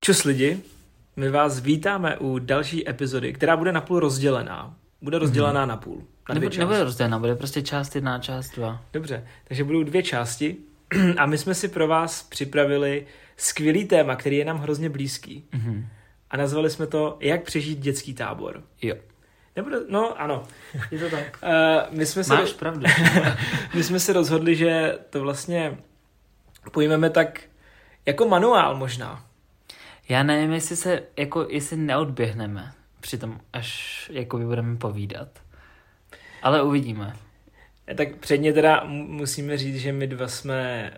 Čus lidi, my vás vítáme u další epizody, která bude napůl rozdělená. Bude rozdělená napůl. Na dvě části. Nebude rozdělená, bude prostě část 1 a část 2. Dobře, takže budou 2 části a my jsme si pro vás připravili skvělý téma, který je nám hrozně blízký. Mhm. A nazvali jsme to Jak přežít dětský tábor. Jo. No ano, je to tak. Máš pravdu. My jsme se rozhodli, že to vlastně pojmeme tak jako manuál možná. Já nevím, jestli neodběhneme přitom, až jakoby budeme povídat. Ale uvidíme. Tak předně teda musíme říct, že my dva jsme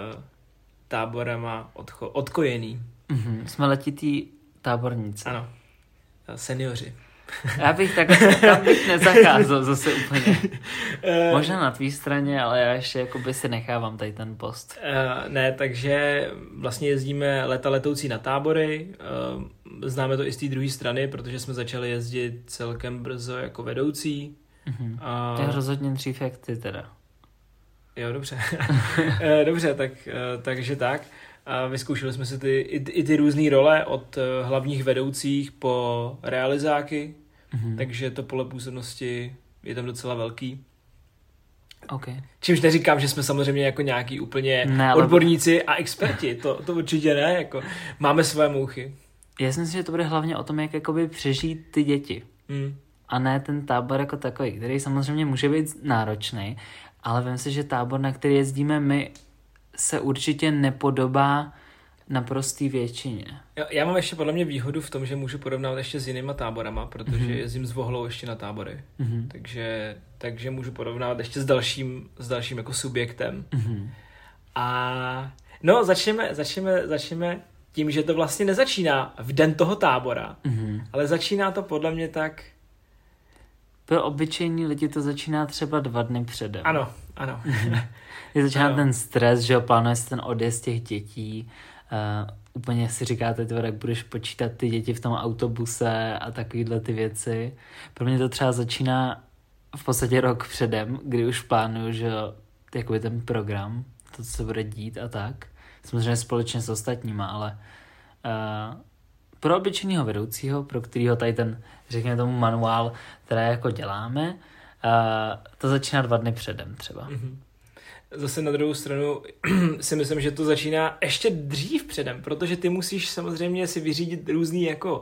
táborama odkojený. Mhm. Jsme letitý táborníci. Ano, seniori. Já bych tam bych nezacházel zase úplně. Možná na tvý straně, ale já ještě jakoby si nechávám tady ten post. Ne, takže vlastně jezdíme letoucí na tábory. Známe to i z té druhé strany, protože jsme začali jezdit celkem brzo jako vedoucí. Mhm. To je rozhodně dřív jak ty teda. Jo, dobře. Dobře, takže tak. A vyzkoušeli jsme si ty různé role od hlavních vedoucích po realizáky, takže to pole působnosti je tam docela velký. Okay. Čímž neříkám, že jsme samozřejmě jako nějaký úplně odborníci a experti, to určitě ne, jako máme své mouchy. Já si myslím, že to bude hlavně o tom, jak jakoby přežít ty děti. A ne ten tábor jako takový, který samozřejmě může být náročný, ale vím si, že tábor, na který jezdíme my, se určitě nepodobá naprostý většině. Já mám ještě podle mě výhodu v tom, že můžu porovnávat ještě s jinýma táborama, protože jezdím s Vohlou ještě na tábory. Takže můžu porovnávat ještě s dalším jako subjektem. A no, začneme tím, že to vlastně nezačíná v den toho tábora, ale začíná to podle mě tak... Pro obyčejní lidi to začíná třeba 2 dny předem. Ano. Je začíná ten stres, že plánuje ten odjezd těch dětí. Úplně si říkáte, jak budeš počítat ty děti v tom autobuse a takovýhle ty věci. Pro mě to třeba začíná v podstatě rok předem, kdy už plánuju, že jakoby ten program, to, co se bude dít a tak. Samozřejmě společně s ostatníma, ale pro obyčejného vedoucího, pro kterého tady ten, řekněme tomu manuál, který jako děláme, to začíná 2 dny předem třeba. Zase na druhou stranu si myslím, že to začíná ještě dřív předem, protože ty musíš samozřejmě si vyřídit různý jako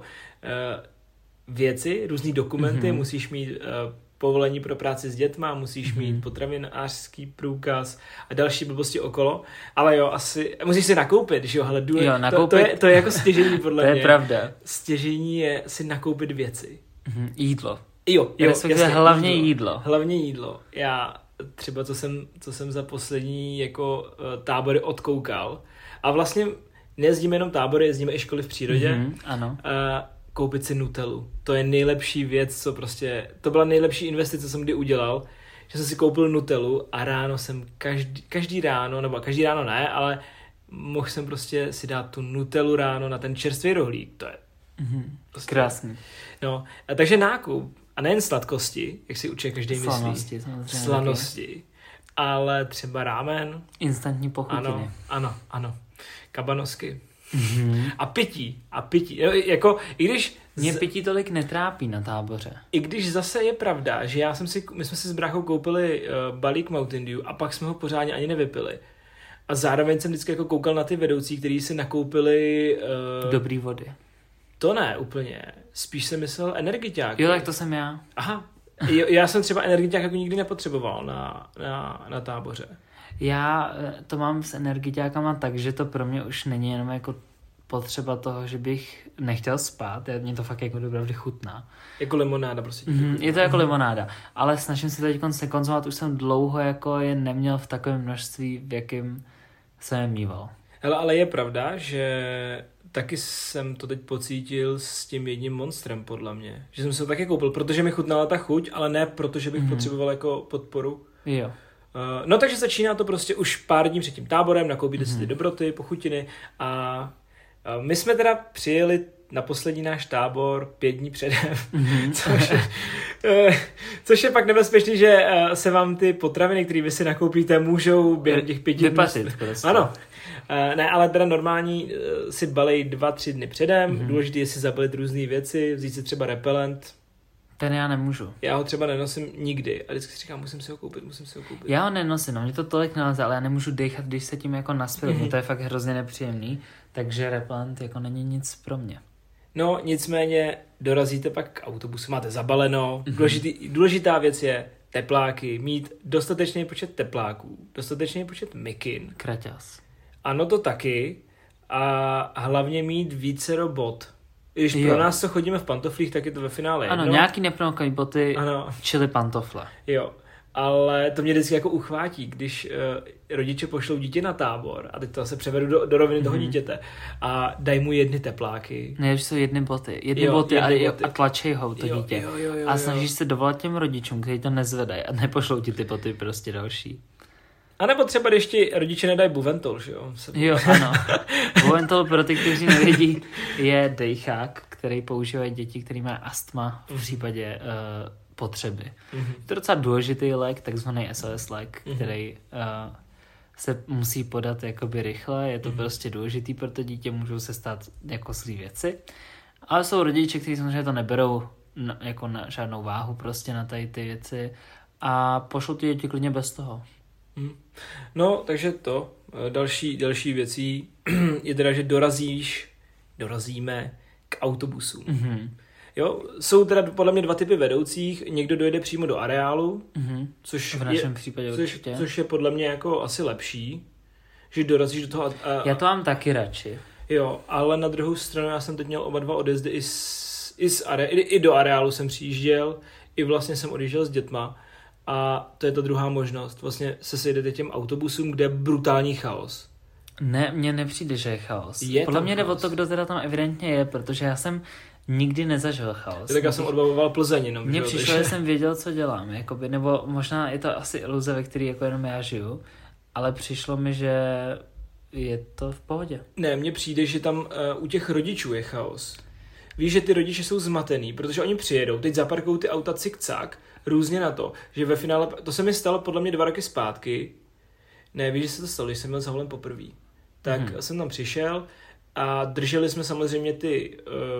věci, různý dokumenty, musíš mít povolení pro práci s dětma, musíš mít potravinářský průkaz a další blbosti okolo, ale jo, asi musíš si nakoupit, že jo, hele, to je jako stěžení podle mě. To je pravda. Stěžení je si nakoupit věci. Jídlo. Jo, jasně, hlavně jídlo. Hlavně jídlo. Já třeba, co jsem za poslední jako tábory odkoukal a vlastně nejezdíme jenom tábory, jezdíme i školy v přírodě. Ano. Koupit si Nutellu. To je nejlepší věc, to byla nejlepší investice, co jsem kdy udělal, že jsem si koupil Nutellu a ráno jsem každý ráno ne, ale mohl jsem prostě si dát tu Nutellu ráno na ten čerstvý rohlík. To je prostě krásný. No, a takže nákup. A nejen sladkosti, jak si určitě každý myslí. Slanosti. Ale třeba rámen. Instantní pochutiny. Ano. Kabanosky. A pití. Jako, i když... Mě pití tolik netrápí na táboře. I když zase je pravda, že my jsme si s bráchou koupili balík Mountain Dew a pak jsme ho pořádně ani nevypili. A zároveň jsem vždycky jako koukal na ty vedoucí, kteří si nakoupili... Dobrý vody. To ne úplně. Spíš jsem myslel energiťák. Jo, tak to jsem já. Aha. Já jsem třeba energiťák jako nikdy nepotřeboval na táboře. Já to mám s energiťákama tak, že to pro mě už není jenom jako potřeba toho, že bych nechtěl spát. Mě to fakt jako dobře chutná. Jako limonáda prostě. Je to jako limonáda. Ale snažím se teď konzumovat. Už jsem dlouho jako je neměl v takovém množství, v jakém jsem je mýval. Hele, ale je pravda, že taky jsem to teď pocítil s tím jedním monstrem, podle mě. Že jsem se to taky koupil, protože mi chutnala ta chuť, ale ne protože bych potřeboval jako podporu. Jo. No takže začíná to prostě už pár dní před tím táborem, nakoupíte si ty dobroty, pochutiny a My jsme teda přijeli na poslední náš tábor 5 dní předem, což je pak nebezpečný, že se vám ty potraviny, které vy si nakoupíte, můžou během těch 5 dní vypasit. Prostě. Ano. Ne, ale teda normální si balej 2-3 dny předem, důležité je si zabalit různé věci, vzít si třeba repelent. Ten já nemůžu. Já ho třeba nenosím nikdy a vždycky si říkám, musím si ho koupit. Já ho nenosím, no, mě to tolik neleze, ale já nemůžu dechat, když se tím jako naspěl, to je fakt hrozně nepříjemný, takže repelent jako není nic pro mě. No, nicméně dorazíte pak k autobusu, máte zabaleno, důležitá věc je tepláky, mít dostatečný počet tepláků, dostatečný počet mikin. Kraťas. Ano, to taky a hlavně mít vícero bot. Když pro nás, co chodíme v pantoflích, tak je to ve finále jedno. Ano, nějaký nepromokavý boty, čili pantofle. Jo, ale to mě vždycky jako uchvátí, když rodiče pošlou dítě na tábor a teď to se převedu do roviny toho dítěte a dají mu 1 tepláky. Ne, že jsou 1 boty. Boty a tlačej ho to dítě. Jo. A snažíš se dovolat těm rodičům, kteří to nezvedají a nepošlou ti ty boty prostě další. A nebo třeba, když ti rodiče nedají Buventol, že jo? Jo, ano. Buventol, pro ty, kteří nevědí, je dejchák, který používají děti, který mají astma v případě potřeby. To je docela důležitý lék, takzvaný SOS lék, který se musí podat jakoby rychle, je to prostě důležitý pro to dítě, můžou se stát jako zlý věci. Ale jsou rodiče, kteří samozřejmě to neberou jako na žádnou váhu prostě na tady ty věci a pošlou ty děti klidně bez toho. No, takže to. Další věcí je teda, že dorazíme k autobusům. Jo, jsou teda podle mě 2 typy vedoucích. Někdo dojede přímo do areálu, což v našem případě určitě. Což je podle mě jako asi lepší, že dorazíš do toho. Já to mám taky radši. Jo, ale na druhou stranu já jsem teď měl oba 2 odjezdy i do areálu jsem přijížděl, i vlastně jsem odjížděl s dětma. A to je ta druhá možnost. Vlastně se sejdete těm autobusům, kde je brutální chaos. Ne, mně nepřijde, že je chaos. Je podle mě jde chaos. o to, kdo teda tam evidentně je, protože já jsem nikdy nezažil chaos. Tak já jsem odbavoval Plzeň jenom. Mně přišlo, že jsem věděl, co dělám. Jakoby, nebo možná je to asi iluze, ve které jako jenom já žiju, ale přišlo mi, že je to v pohodě. Ne, mně přijde, že tam u těch rodičů je chaos. Víš, že ty rodiče jsou zmatený, protože oni přijedou, teď zaparkují ty auta cik-cak, různě na to, že ve finále, to se mi stalo podle mě 2 roky zpátky, ne, víš, že se to stalo, když jsem byl zavolen poprvé. Tak jsem tam přišel a drželi jsme samozřejmě ty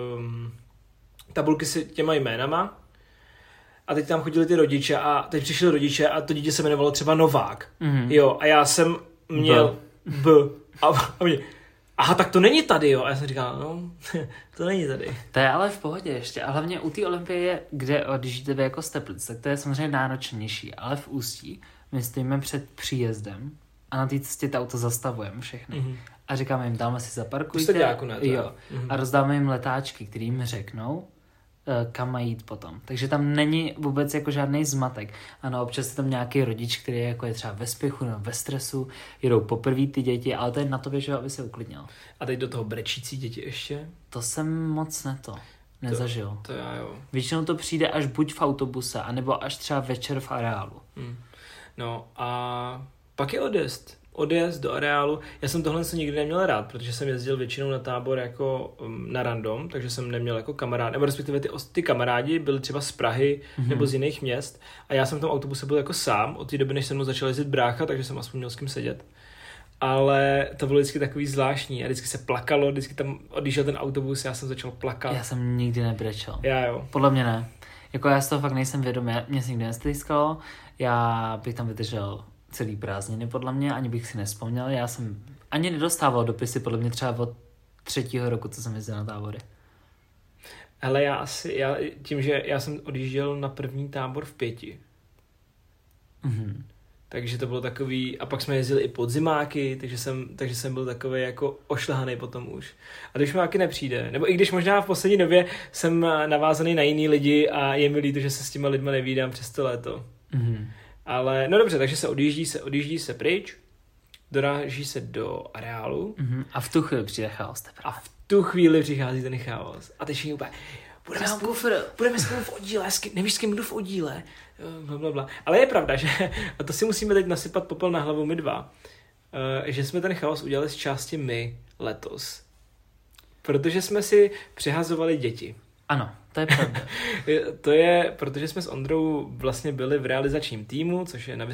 tabulky s těma jménama a teď tam chodili ty rodiče a teď přišli rodiče a to dítě se jmenovalo třeba Novák. Jo, a já jsem měl B. A mě, aha, tak to není tady, jo. A já jsem říkal, no, to není tady. To je ale v pohodě ještě. A hlavně u té Olympie, kde když jdete jako z Teplic, tak to je samozřejmě náročnější. Ale v Ústí my stojíme před příjezdem a na té cestě to auto zastavujeme všechny. A říkáme jim, tam si zaparkujte. Jo. A rozdáme jim letáčky, který jim řeknou, kam mají jít potom. Takže tam není vůbec jako žádný zmatek. Ano, občas je tam nějaký rodič, který je, jako je třeba ve spěchu nebo ve stresu, jedou poprvé ty děti, ale to je na tobě, že aby se uklidnil. A teď do toho brečící děti ještě? To jsem moc nezažil. To já jo. Většinou to přijde až buď v autobuse, anebo až třeba večer v areálu. No a pak je odjezd do areálu. Já jsem tohle nikdy neměl rád, protože jsem jezdil většinou na tábor jako na random, takže jsem neměl jako kamarád, nebo respektive ty kamarádi byli třeba z Prahy nebo z jiných měst a já jsem v tom autobuse byl jako sám od té doby, než se mnou začal jezdit brácha, takže jsem aspoň měl s kým sedět. Ale to bylo vždycky takový zvláštní a vždycky se plakalo, vždycky tam odjížděl ten autobus, já jsem začal plakat. Já jsem nikdy nebrečel. Já jo. Podle mě ne. Jako já z toho fakt nejsem vědomý, mě se nikdy nestýskalo, já bych tam vydržel celý prázdniny podle mě, ani bych si nevzpomněl. Já jsem ani nedostával dopisy podle mě třeba od 3. roku, co jsem jezdil na tábory. Hele, tím, že já jsem odjížděl na první tábor v 5. Takže to bylo takový, a pak jsme jezdili i podzimáky, takže jsem byl takový jako ošlehaný potom už. A když mi taky nepřijde, nebo i když možná v poslední době jsem navázaný na jiný lidi a je mi líto, že se s těma lidma nevídám přes to léto. Ale no dobře, takže se odjíždí se pryč, doráží se do areálu. A v tu chvíli přijde chaos. A v tu chvíli přichází ten chaos. A teď všichni úplně, budeme spolu v oddíle, nevíš, s kým jdu v oddíle, blablabla. Ale je pravda, že, a to si musíme teď nasypat popel na hlavu my dva, že jsme ten chaos udělali z části my letos. Protože jsme si přihazovali děti. Ano, to je pravda. To je, protože jsme s Ondrou vlastně byli v realizačním týmu, což je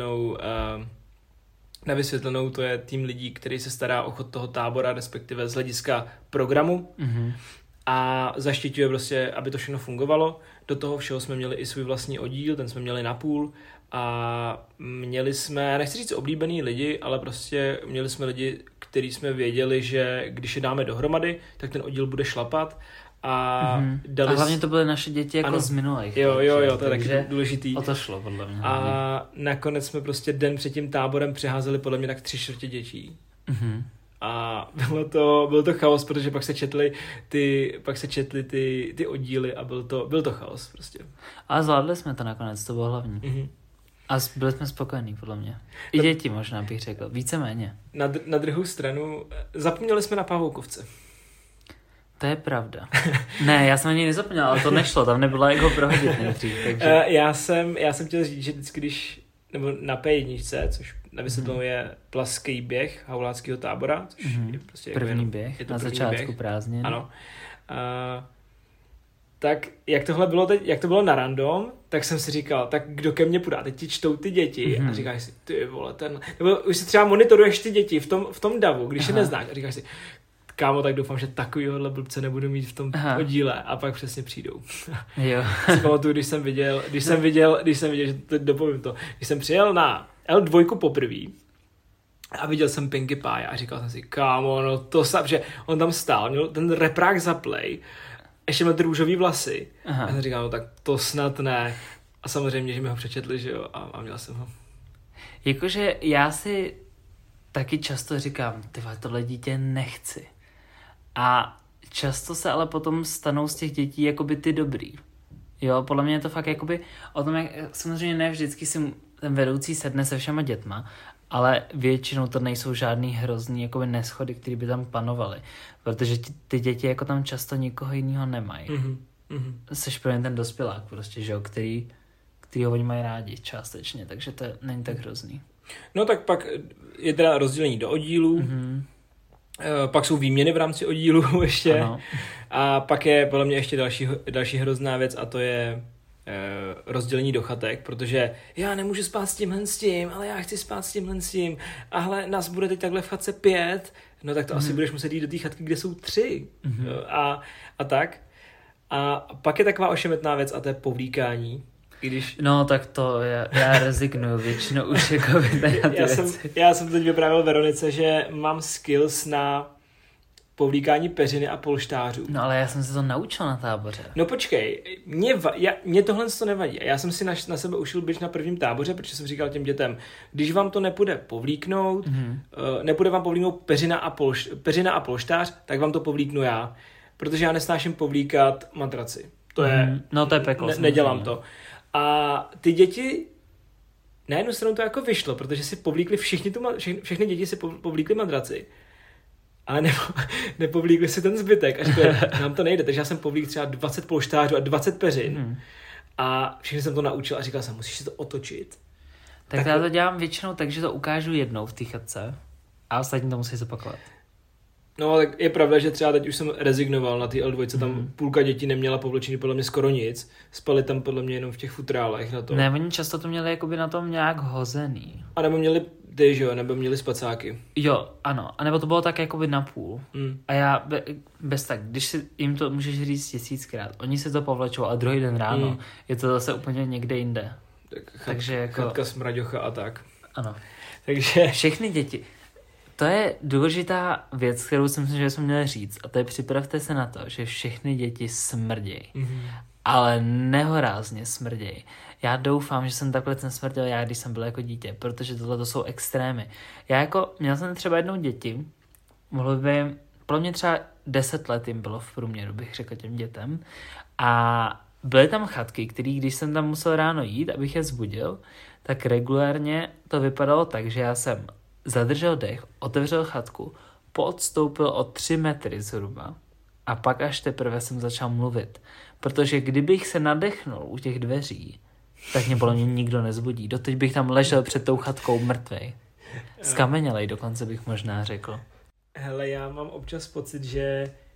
na vysvětlenou to je tým lidí, který se stará o chod toho tábora, respektive z hlediska programu. Mm-hmm. A zaštiťuje prostě, aby to všechno fungovalo. Do toho všeho jsme měli i svůj vlastní oddíl, ten jsme měli na půl a měli jsme, nechci říct oblíbený lidi, ale prostě měli jsme lidi, který jsme věděli, že když je dáme dohromady, tak ten oddíl bude šlapat. A hlavně to byly naše děti jako z minulých. Jo, to je taky důležitý. O to šlo, podle mě. A nakonec jsme prostě den před tím táborem přeházeli podle mě tak 3/4 dětí. Mm-hmm. A byl to chaos, protože pak se četly ty oddíly a byl to chaos prostě. A zvládli jsme to nakonec, to bylo hlavní. Mm-hmm. A byli jsme spokojení, podle mě. I děti možná bych řekl, víceméně. Na druhou stranu, zapomněli jsme na pavoukovce. To je pravda. Ne, já jsem ani nezapomněl, ale to nešlo, tam nebylo jak ho prohodit nejdřív. Takže... Já jsem chtěl říct, že vždycky, nebo na P1, což na vysvětlenou je plaský běh hauláckého tábora, což je prostě první běh, je to na začátku prázdnin. Ano. Tak jak to bylo na random, tak jsem si říkal, tak kdo ke mně půjde? Teď ti čtou ty děti a říkáš si, ty vole, nebo už si třeba monitoruješ ty děti v tom davu, když je neznáš a říkáš si, kámo, tak doufám, že takovýhohle blbce nebudu mít v tom oddíle a pak přesně přijdou. Jo. Si pamatuju, když jsem viděl, že to dopovím to, když jsem přijel na L2 poprvé a viděl jsem Pinkie Pie a říkal jsem si, kámo, no to že on tam stál, měl ten reprák za play, ještě měl ty růžový vlasy. A jsem říkal, no tak to snad ne. A samozřejmě, že mi ho přečetli, že jo, a měl jsem ho. Jakože já si taky často říkám, tyhle, tohle dítě nechci. A často se ale potom stanou z těch dětí jakoby ty dobrý. Jo, podle mě je to fakt jakoby o tom, jak samozřejmě ne vždycky si ten vedoucí sedne se všema dětma, ale většinou to nejsou žádný hrozný jakoby neschody, které by tam panovaly. Protože ty děti jako tam často nikoho jiného nemají. Mm-hmm. Seš pro ně ten dospělák prostě, že jo, kterýho oni mají rádi částečně, takže to není tak hrozný. No tak pak je teda rozdělení do oddílů, pak jsou výměny v rámci oddílu ještě. Ano. A pak je podle mě ještě další hrozná věc a to je rozdělení do chatek, protože já nemůžu spát s tím, ale já chci spát s tím. A hle, nás bude teď takhle v chatce 5, no tak to asi budeš muset jít do té chatky, kde jsou 3. A tak. A pak je taková ošemetná věc a to je povlíkání. No tak to já rezignuju většinou už jako na ty věci. Já jsem teď vyprávěl Veronice, že mám skills na povlíkání peřiny a polštářů. No ale já jsem se to naučil na táboře. No počkej, mě tohle to nevadí. Já jsem si na sebe ušil bič na prvním táboře, protože jsem říkal těm dětem, když vám to nepůjde povlíknout, nepůjde vám povlíknout peřina a polštář, tak vám to povlíknu já. Protože já nesnáším povlíkat matraci. To je... No to je peklo. Nedělám to. A ty děti, na jednu stranu to jako vyšlo, protože si povlíkli všechny děti si povlíkli madraci. Ale nepovlíkli si ten zbytek. A říkali, nám to nejde. Takže já jsem povlíkl třeba 20 polštářů a 20 peřin. A všechny jsem to naučil a říkal jsem, musíš si to otočit. Tak já to dělám většinou tak, že to ukážu jednou v té chatce a ostatní to musí zopakovat. No, tak je pravda, že třeba teď už jsem rezignoval na ty L2, tam půlka dětí neměla povlečený podle mě skoro nic. Spali tam podle mě jenom v těch futrálech na to. Ne, oni často to měli jakoby na tom nějak hozený. A nebo měli ty, že jo, nebo měli spacáky. Jo, ano, a nebo to bylo tak jakoby na půl. A já bez tak, když si jim to můžeš říct 1000krát, oni se to povlečou a druhý den ráno je to zase úplně někde jinde. Takže jako... Chatka smraďocha a tak. Ano. Takže... Všechny děti... To je důležitá věc, kterou si myslím, že jsme měli říct. A to je připravte se na to, že všechny děti smrdějí. Ale nehorázně smrdějí. Já doufám, že jsem takhle smrděl já, když jsem byl jako dítě, protože tohle to jsou extrémy. Měl jsem třeba jednou děti, mohlo by, pro mě třeba 10 let jim bylo v průměru, bych řekl těm dětem. A byly tam chatky, které, když jsem tam musel ráno jít, abych je vzbudil, tak regulárně to vypadalo tak, že já jsem zadržel dech, otevřel chatku, podstoupil o 3 metry zhruba a pak až teprve jsem začal mluvit. Protože kdybych se nadechnul u těch dveří, tak mě podle mě nikdo nezbudí. Doteď bych tam ležel před tou chatkou mrtvej. Skamenělej dokonce bych možná řekl. Hele, já mám občas pocit, že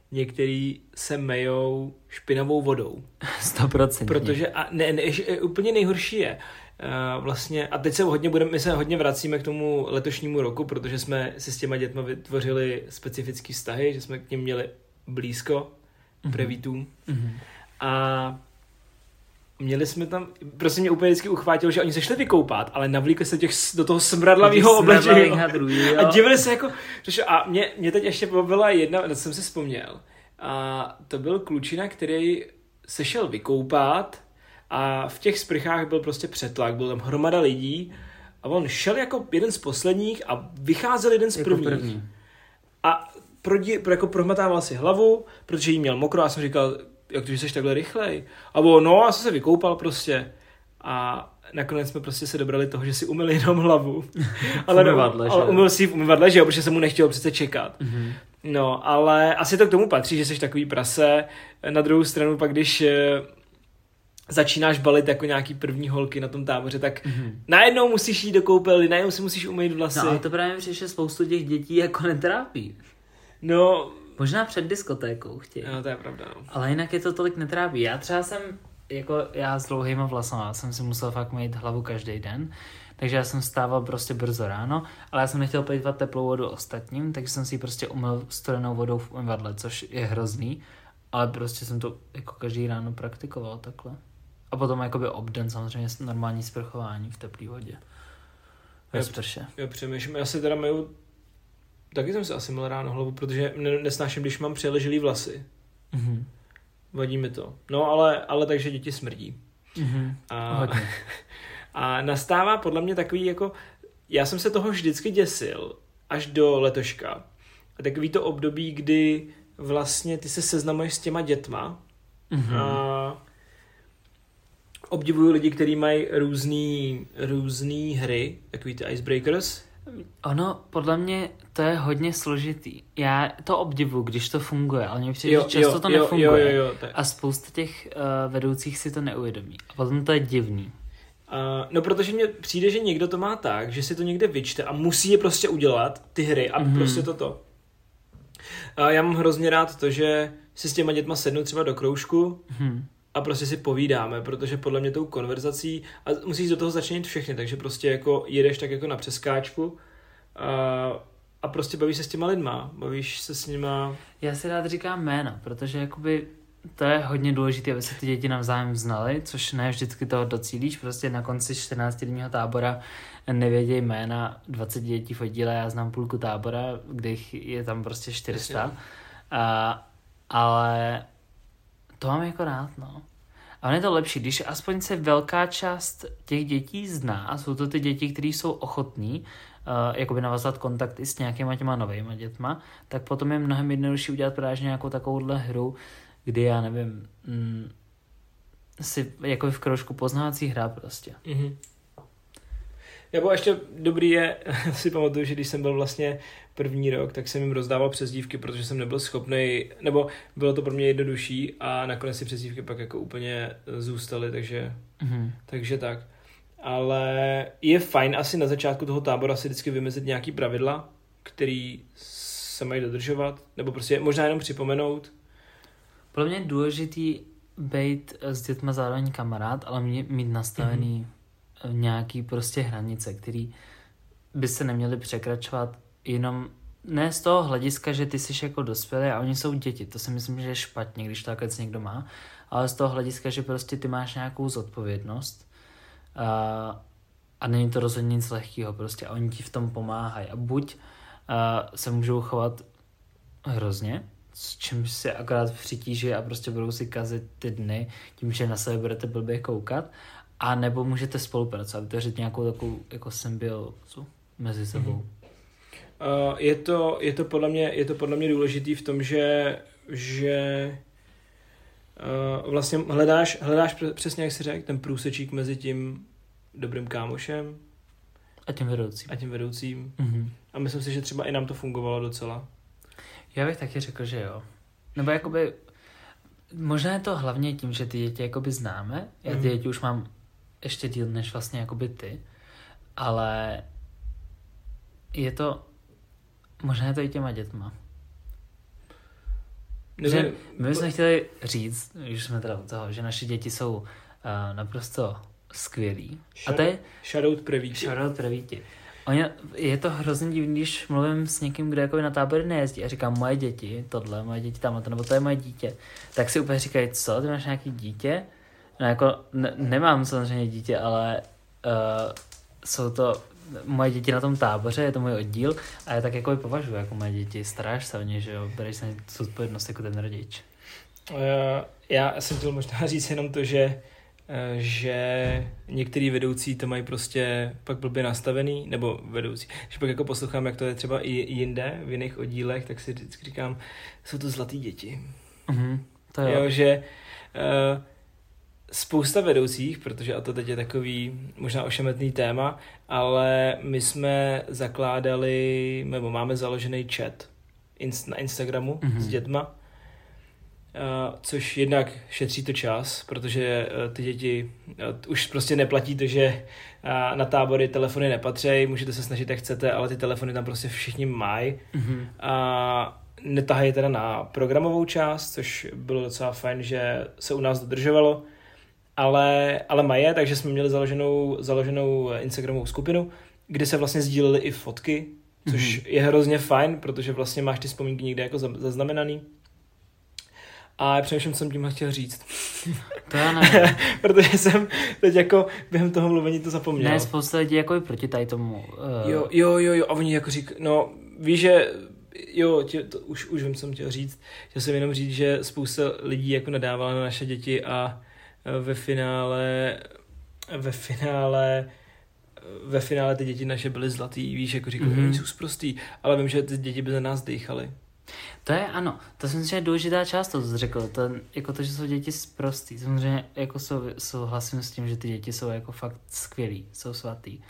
některý se mejou špinavou vodou. 100%. Protože a úplně nejhorší je, vlastně, a teď my se hodně vracíme k tomu letošnímu roku, protože jsme si s těma dětma vytvořili specifický vztahy, že jsme k něm měli blízko, prevítům. A měli jsme tam, prostě mě úplně vždycky uchvátilo, že oni se šli vykoupat, ale navlíkli se do toho smradlavého oblečení a divili se jako, a mě teď ještě byla jedna, na co jsem si vzpomněl, a to byl klučina, který se šel vykoupat a v těch sprchách byl prostě přetlak, byl tam hromada lidí a on šel jako jeden z posledních a vycházel jeden z prvních. A prohmatával si hlavu, protože jí měl mokro a jsem říkal, jak to, že jsi takhle rychlej? A bylo, no, já jsem se vykoupal prostě. A nakonec jsme prostě se dobrali toho, že si umyl jenom hlavu. ale umyl si v umyvadle, že jo, protože jsem mu nechtěl přece čekat. No, ale asi to k tomu patří, že jsi takový prase. Na druhou stranu pak, když začínáš balit jako nějaký první holky na tom táboře, tak najednou musíš jít do koupelny, najednou si musíš umýt vlasy. No, ale to právě přijde, že spoustu těch dětí jako netrápí. No, možná před diskotékou chtějí. No, to je pravda. No. Ale jinak je to tolik netrápí. Já třeba já s dlouhýma vlasama jsem si musel fakt mít hlavu každý den, takže já jsem vstával prostě brzo ráno, ale já jsem nechtěl plýtvat teplou vodu ostatním, takže jsem si ji prostě umyl studenou vodou v umyvadle, což je hrozný, ale prostě jsem to jako každý ráno praktikoval takhle. A potom jakoby obden samozřejmě normální sprchování v teplé vodě. Ve sprše. Já přemýšlím, já si teda mají. Taky jsem si asi měl ráno hlavu, protože nesnáším, když mám přeležilý vlasy. Vadí mi to. No, ale takže děti smrdí. A nastává podle mě takový jako, já jsem se toho vždycky děsil, až do letoška. A takový to období, kdy vlastně ty se seznamuješ s těma dětma. A obdivuju lidi, kteří mají různý hry, takový ty icebreakers. Ono, podle mě, to je hodně složitý. Já to obdivuju, když to funguje, ale mně přijde, že často to nefunguje. Jo, a spousta těch vedoucích si to neuvědomí. A potom to je divný. No, protože mně přijde, že někdo to má tak, že si to někde vyčte a musí je prostě udělat, ty hry, a prostě toto. Já mám hrozně rád to, že si s těma dětma sednu třeba do kroužku a prostě si povídáme, protože podle mě tou konverzací, a musíš do toho začínat všechny, takže prostě jako jedeš tak jako na přeskáčku a prostě bavíš se s těma lidma, bavíš se s nima. Já si rád říkám jména, protože jakoby to je hodně důležité, aby se ty děti navzájem znali, což ne vždycky toho docílíš, prostě na konci 14denního tábora nevědějí jména 20 dětí v oddíle, já znám půlku tábora, kde je tam prostě 400, ale to mám jako rád, no. A on je to lepší, když aspoň se velká část těch dětí zná a jsou to ty děti, které jsou ochotní jakoby navazat kontakt i s nějakýma těma novejma dětma, tak potom je mnohem jednodušší udělat právě nějakou takovouhle hru, kdy já nevím, si jako v kroužku poznávací hra prostě. Nebo ještě dobrý je, si pamatuju, že když jsem byl vlastně první rok, tak jsem jim rozdával přezdívky, protože jsem nebyl schopnej, nebo bylo to pro mě jednodušší a nakonec si přezdívky pak jako úplně zůstaly, takže tak. Ale je fajn asi na začátku toho tábora si vždycky vymezit nějaký pravidla, který se mají dodržovat, nebo prostě možná jenom připomenout. Pro mě je důležitý být s dětma zároveň kamarád, ale mít nastavený nějaký prostě hranice, který by se neměly překračovat jenom ne z toho hlediska, že ty jsi jako dospělý a oni jsou děti. To si myslím, že je špatně, když to takhle někdo má, ale z toho hlediska, že prostě ty máš nějakou zodpovědnost a není to rozhodně nic lehkého prostě a oni ti v tom pomáhají. A buď se můžou chovat hrozně, s čím se akorát přitíží a prostě budou si kazit ty dny tím, že na sebe budete blbě koukat, a nebo můžete spolupracovat, vytvořit nějakou takovou jako symbiózu mezi sebou. Je to podle mě důležitý v tom, že vlastně hledáš přesně, jak jsi řekl, ten průsečík mezi tím dobrým kámošem a tím vedoucím. A myslím si, že třeba i nám to fungovalo docela. Já bych taky řekl, že jo. Nebo jakoby možná je to hlavně tím, že ty děti jakoby známe. Já ty děti už mám ještě díl než vlastně jakoby ty. Ale možná je to i těma dětma. My jsme chtěli říct, když jsme teda u toho, že naše děti jsou naprosto skvělí. A to je... Shoutout prevíti. Shoutout prevíti. Je to hrozně divný, když mluvím s někým, kdo jako na tábory nejezdí a říkám moje děti, tohle, moje děti tamhle, nebo to je moje dítě, tak si úplně říkají, co, ty máš nějaký dítě? No jako nemám samozřejmě dítě, ale jsou to moje děti na tom táboře, je to můj oddíl a já tak jako je považuji jako moje děti, staráš se o ně, že jo, bereš se na zodpovědnost jako ten rodič. Já jsem chtěl možná říct jenom to, že některý vedoucí to mají prostě pak blbě nastavený, nebo vedoucí, že pak jako poslouchám, jak to je třeba i jinde, v jiných oddílech, tak si vždycky říkám, jsou to zlatý děti. To jo, že spousta vedoucích, protože a to teď je takový možná ošemetný téma, ale my jsme zakládali, nebo máme založený chat na Instagramu s dětma, což jednak šetří to čas, protože ty děti už prostě neplatí to, že na tábory telefony nepatří, můžete se snažit, jak chcete, ale ty telefony tam prostě všichni mají. A netahají teda na programovou část, což bylo docela fajn, že se u nás dodržovalo, ale mají je, takže jsme měli založenou Instagramovou skupinu, kde se vlastně sdílely i fotky, což je hrozně fajn, protože vlastně máš ty vzpomínky někde jako zaznamenaný. A přemýšlím, co jsem tím chtěl říct. To já nevím. Protože jsem teď jako během toho mluvení to zapomněl. Ne, spousta lidí jako i proti tady tomu. Jo. A oni jako říkají, no víš, že jo, už vím, co jsem chtěl říct. Chtěl jsem jenom říct, že spousta lidí jako nadávala na naše děti a ve finále ty děti naše byly zlatý, víš, jako říkali, oni jsou sprostý, ale vím, že ty děti by za nás dýchaly. To je ano, to si myslím, že je důležitá část, to jsi řekl, jako to, že jsou děti sprostý, samozřejmě jako souhlasím s tím, že ty děti jsou jako fakt skvělý, jsou svatý.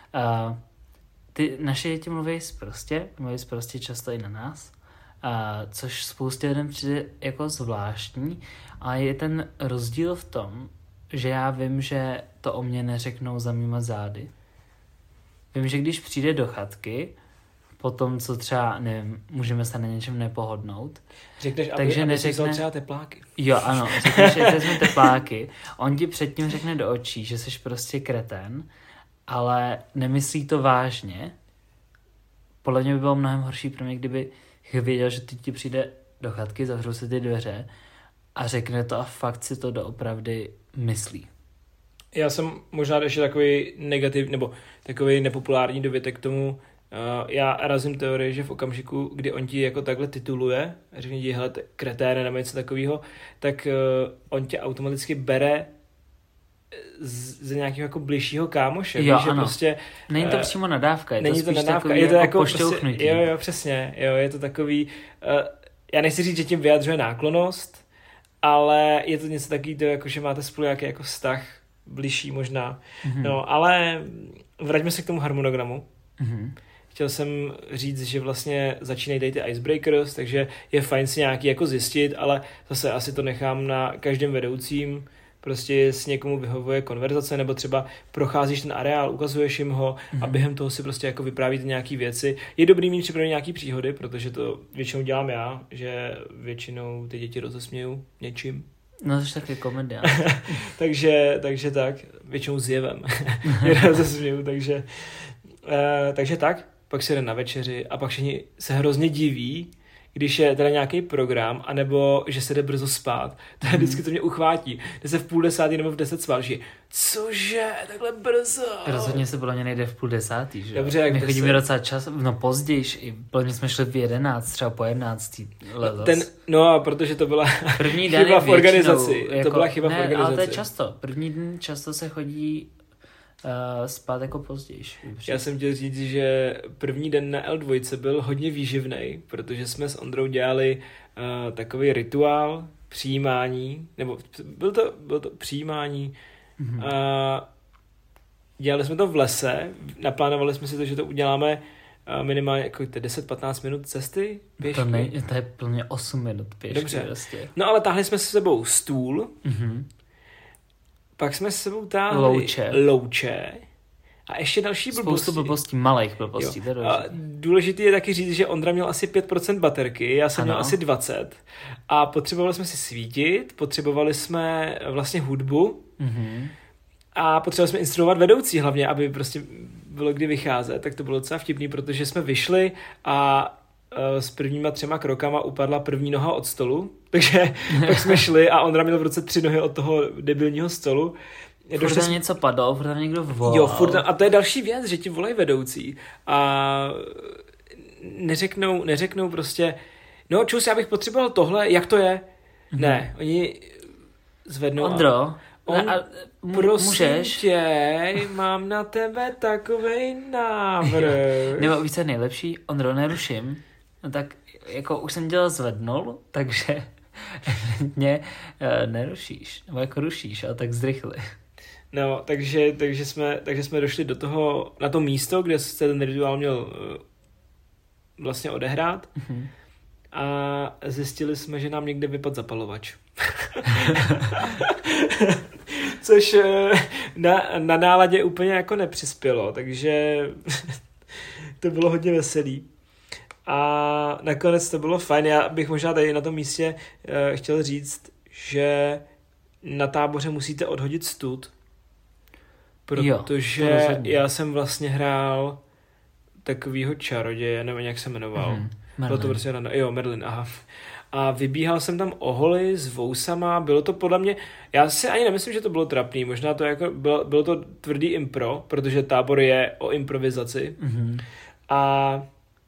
Ty naše děti mluví sprostě často i na nás, což spoustě lidem přijde jako zvláštní, a je ten rozdíl v tom, že já vím, že to o mě neřeknou za mýma zády. Vím, že když přijde do chatky, potom, co třeba, nevím, můžeme se na něčem nepohodnout. Řekneš, aby si vzal třeba tepláky. Jo, ano, řekneš, že vezmi tepláky, on ti předtím řekne do očí, že jsi prostě kretén, ale nemyslí to vážně. Podle mě by bylo mnohem horší pro mě, kdyby věděl, že teď ti přijde do chatky, zavřou se ty dveře a řekne to a fakt si to doopravdy myslí. Já jsem možná ještě takový negativ, nebo takový nepopulární dovětek k tomu. Já razím teorii, že v okamžiku, kdy on ti jako takhle tituluje, řekne ti, hele, kreténe nebo něco takového, tak on tě automaticky bere ze nějakého jako bližšího kámoše. Jo, že ano. Prostě, není to přímo nadávka, je to spíš takový je to jako pošťouchnutí. Prostě, jo, přesně. Jo, je to takový, já nechci říct, že tím vyjadřuje náklonnost, ale je to něco takového, jako, že máte spolu nějaký jako vztah bližší možná. No, ale vraťme se k tomu harmonogramu. Chtěl jsem říct, že vlastně začínají tady ty icebreakers, takže je fajn si nějaký jako zjistit, ale zase asi to nechám na každém vedoucím, prostě s někomu vyhovuje konverzace, nebo třeba procházíš ten areál, ukazuješ jim ho a během toho si prostě jako vyprávíte nějaký věci. Je dobrý mít připravené nějaký příhody, protože to většinou dělám já, že většinou ty děti rozesměju něčím. No to je taky komedia. takže tak, většinou zjevem je rozesměju, takže tak. Pak se jde na večeři a pak všichni se hrozně diví, když je teda nějaký program, anebo že se jde brzo spát. To je vždycky, to mě uchvátí. Jde se v 9:30 nebo v 10 spát, že cože, takhle brzo. Rozhodně se podle mě nejde v 9:30, že? Dobře, jak my chodíme docela čas, no pozdějiš, i podle mě jsme šli v 11, třeba po 11. No a protože to byla první den chyba v organizaci. Jako, to byla chyba v organizaci. Ale to je často. První den často se chodí spát jako pozdějiš. Já jsem chtěl říct, že první den na L2 byl hodně výživnej, protože jsme s Ondrou dělali takový rituál přijímání, nebo byl to přijímání. Dělali jsme to v lese, naplánovali jsme si to, že to uděláme minimálně jako 10-15 minut cesty pěšky. To je plně 8 minut pěšky. Dobře. Prostě. No ale táhli jsme s sebou stůl, pak jsme s sebou táhli louče A ještě další blbosti. Spoustu blbostí, malých blbostí. Důležitý je taky říct, že Ondra měl asi 5% baterky, já jsem měl asi 20. A potřebovali jsme si svítit, potřebovali jsme vlastně hudbu a potřebovali jsme instruovat vedoucí hlavně, aby prostě bylo kdy vycházet. Tak to bylo docela vtipný, protože jsme vyšli a s prvníma 3 krokama upadla první noha od stolu, takže pak jsme šli a Ondra měl v ruce 3 nohy od toho debilního stolu. Furt tam něco padlo, furt tam někdo volal. Jo, a to je další věc, že ti volají vedoucí a neřeknou prostě, no čus, já bych potřeboval tohle, jak to je? Ne, oni zvednou. Ondro, můžeš? Tě, mám na tebe takovej návrh. Nebo víc je nejlepší, Ondro, neruším. No tak jako už jsem dělal zvednul, takže mě nerušíš, nebo jako rušíš, ale tak zrychli. No, takže jsme došli do toho, na to místo, kde se ten rituál měl vlastně odehrát a zjistili jsme, že nám někde vypadl zapalovač. Což na náladě úplně jako nepřispělo, takže to bylo hodně veselý. A nakonec to bylo fajn. Já bych možná tady na tom místě chtěl říct, že na táboře musíte odhodit stud, protože já jsem vlastně hrál takovýho čaroděje, nebo jak se jmenoval. Bylo to prostě Merlin, aha. A vybíhal jsem tam oholi s vousama, bylo to podle mě, já si ani nemyslím, že to bylo trapný, možná to jako bylo to tvrdý impro, protože tábor je o improvizaci. A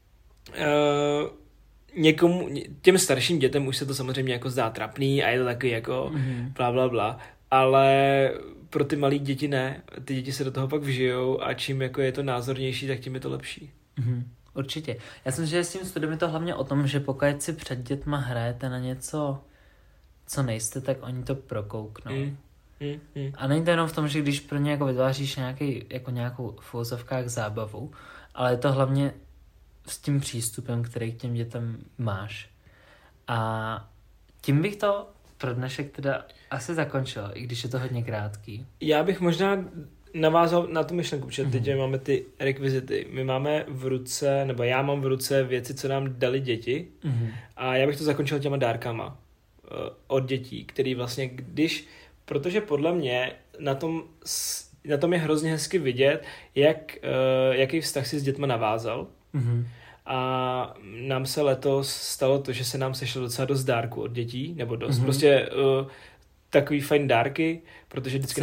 těm starším dětem už se to samozřejmě jako zdá trapný a je to takový jako bla bla bla, ale pro ty malé děti ne, ty děti se do toho pak vžijou a čím jako je to názornější, tak tím je to lepší. Určitě. Já si myslím, že s tím studiem je to hlavně o tom, že pokud si před dětma hrajete na něco, co nejste, tak oni to prokouknou. A není to jenom v tom, že když pro ně jako vytváříš nějakou v uvozovkách zábavu, ale je to hlavně s tím přístupem, který k těm dětem máš. A tím bych to pro dnešek teda asi zakončil, i když je to hodně krátký. Já bych možná navázal na tu myšlenku, protože teď máme ty rekvizity. My máme v ruce, nebo já mám v ruce věci, co nám dali děti a já bych to zakončil těma dárkama od dětí, který vlastně protože podle mě na tom je hrozně hezky vidět, jaký vztah si s dětma navázal. A nám se letos stalo to, že se nám sešlo docela dost dárku od dětí, nebo dost. Prostě takový fajn dárky, protože vždycky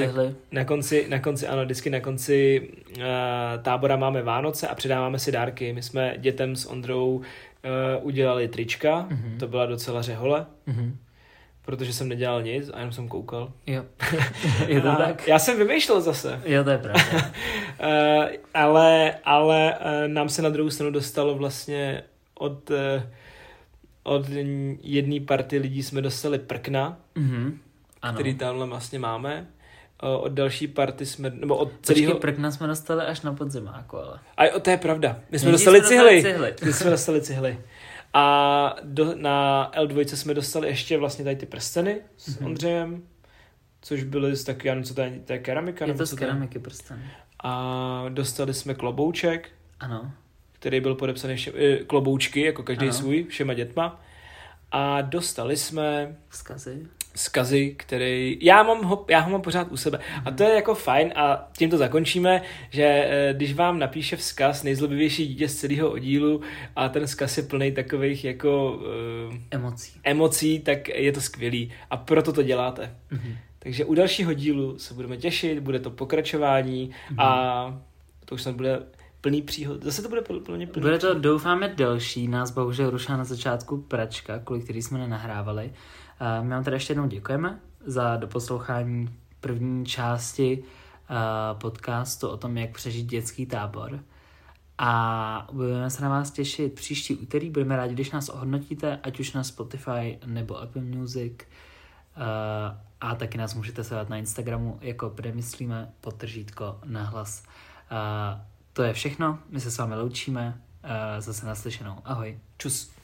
na konci tábora máme Vánoce a předáváme si dárky. My jsme dětem s Ondrou udělali trička, to byla docela řehole, protože jsem nedělal nic a jenom jsem koukal. Jo, je to tak. Já jsem vymýšlel zase. Jo, to je pravda. ale nám se na druhou stranu dostalo vlastně od jedné party lidí jsme dostali prkna, který tamhle vlastně máme. Od další party jsme, nebo od celého... prkna jsme dostali až na podzimáku, ale... A to je pravda. My jsme dostali cihly. My jsme dostali cihly. A na L2 jsme dostali ještě vlastně tady ty prsteny s Ondřejem, což byly z takového, co to je keramika? Je to z keramiky prsteny. A dostali jsme klobouček, ano, který byl podepsaný kloboučky, jako každý svůj, všema dětma. A dostali jsme vzkazy, který... Já ho mám pořád u sebe. A to je jako fajn a tím to zakončíme, že když vám napíše vzkaz nejzlobivější dítě z celého oddílu a ten vzkaz je plný takových jako... emocí, tak je to skvělý. A proto to děláte. Takže u dalšího dílu se budeme těšit, bude to pokračování a to už snad bude plný příhod. Zase to bude plný příhod. Bude to, doufáme, delší. Nás bohužel rušila na začátku pračka, kvůli který jsme nenahrávali. My vám teda ještě jednou děkujeme za doposlouchání první části podcastu o tom, jak přežít dětský tábor. A budeme se na vás těšit příští úterý. Budeme rádi, když nás ohodnotíte, ať už na Spotify nebo Apple Music. A taky nás můžete sledovat na Instagramu jako Přemýšlíme _nahlas. To je všechno, my se s vámi loučíme, zase naslyšenou. Ahoj. Čus.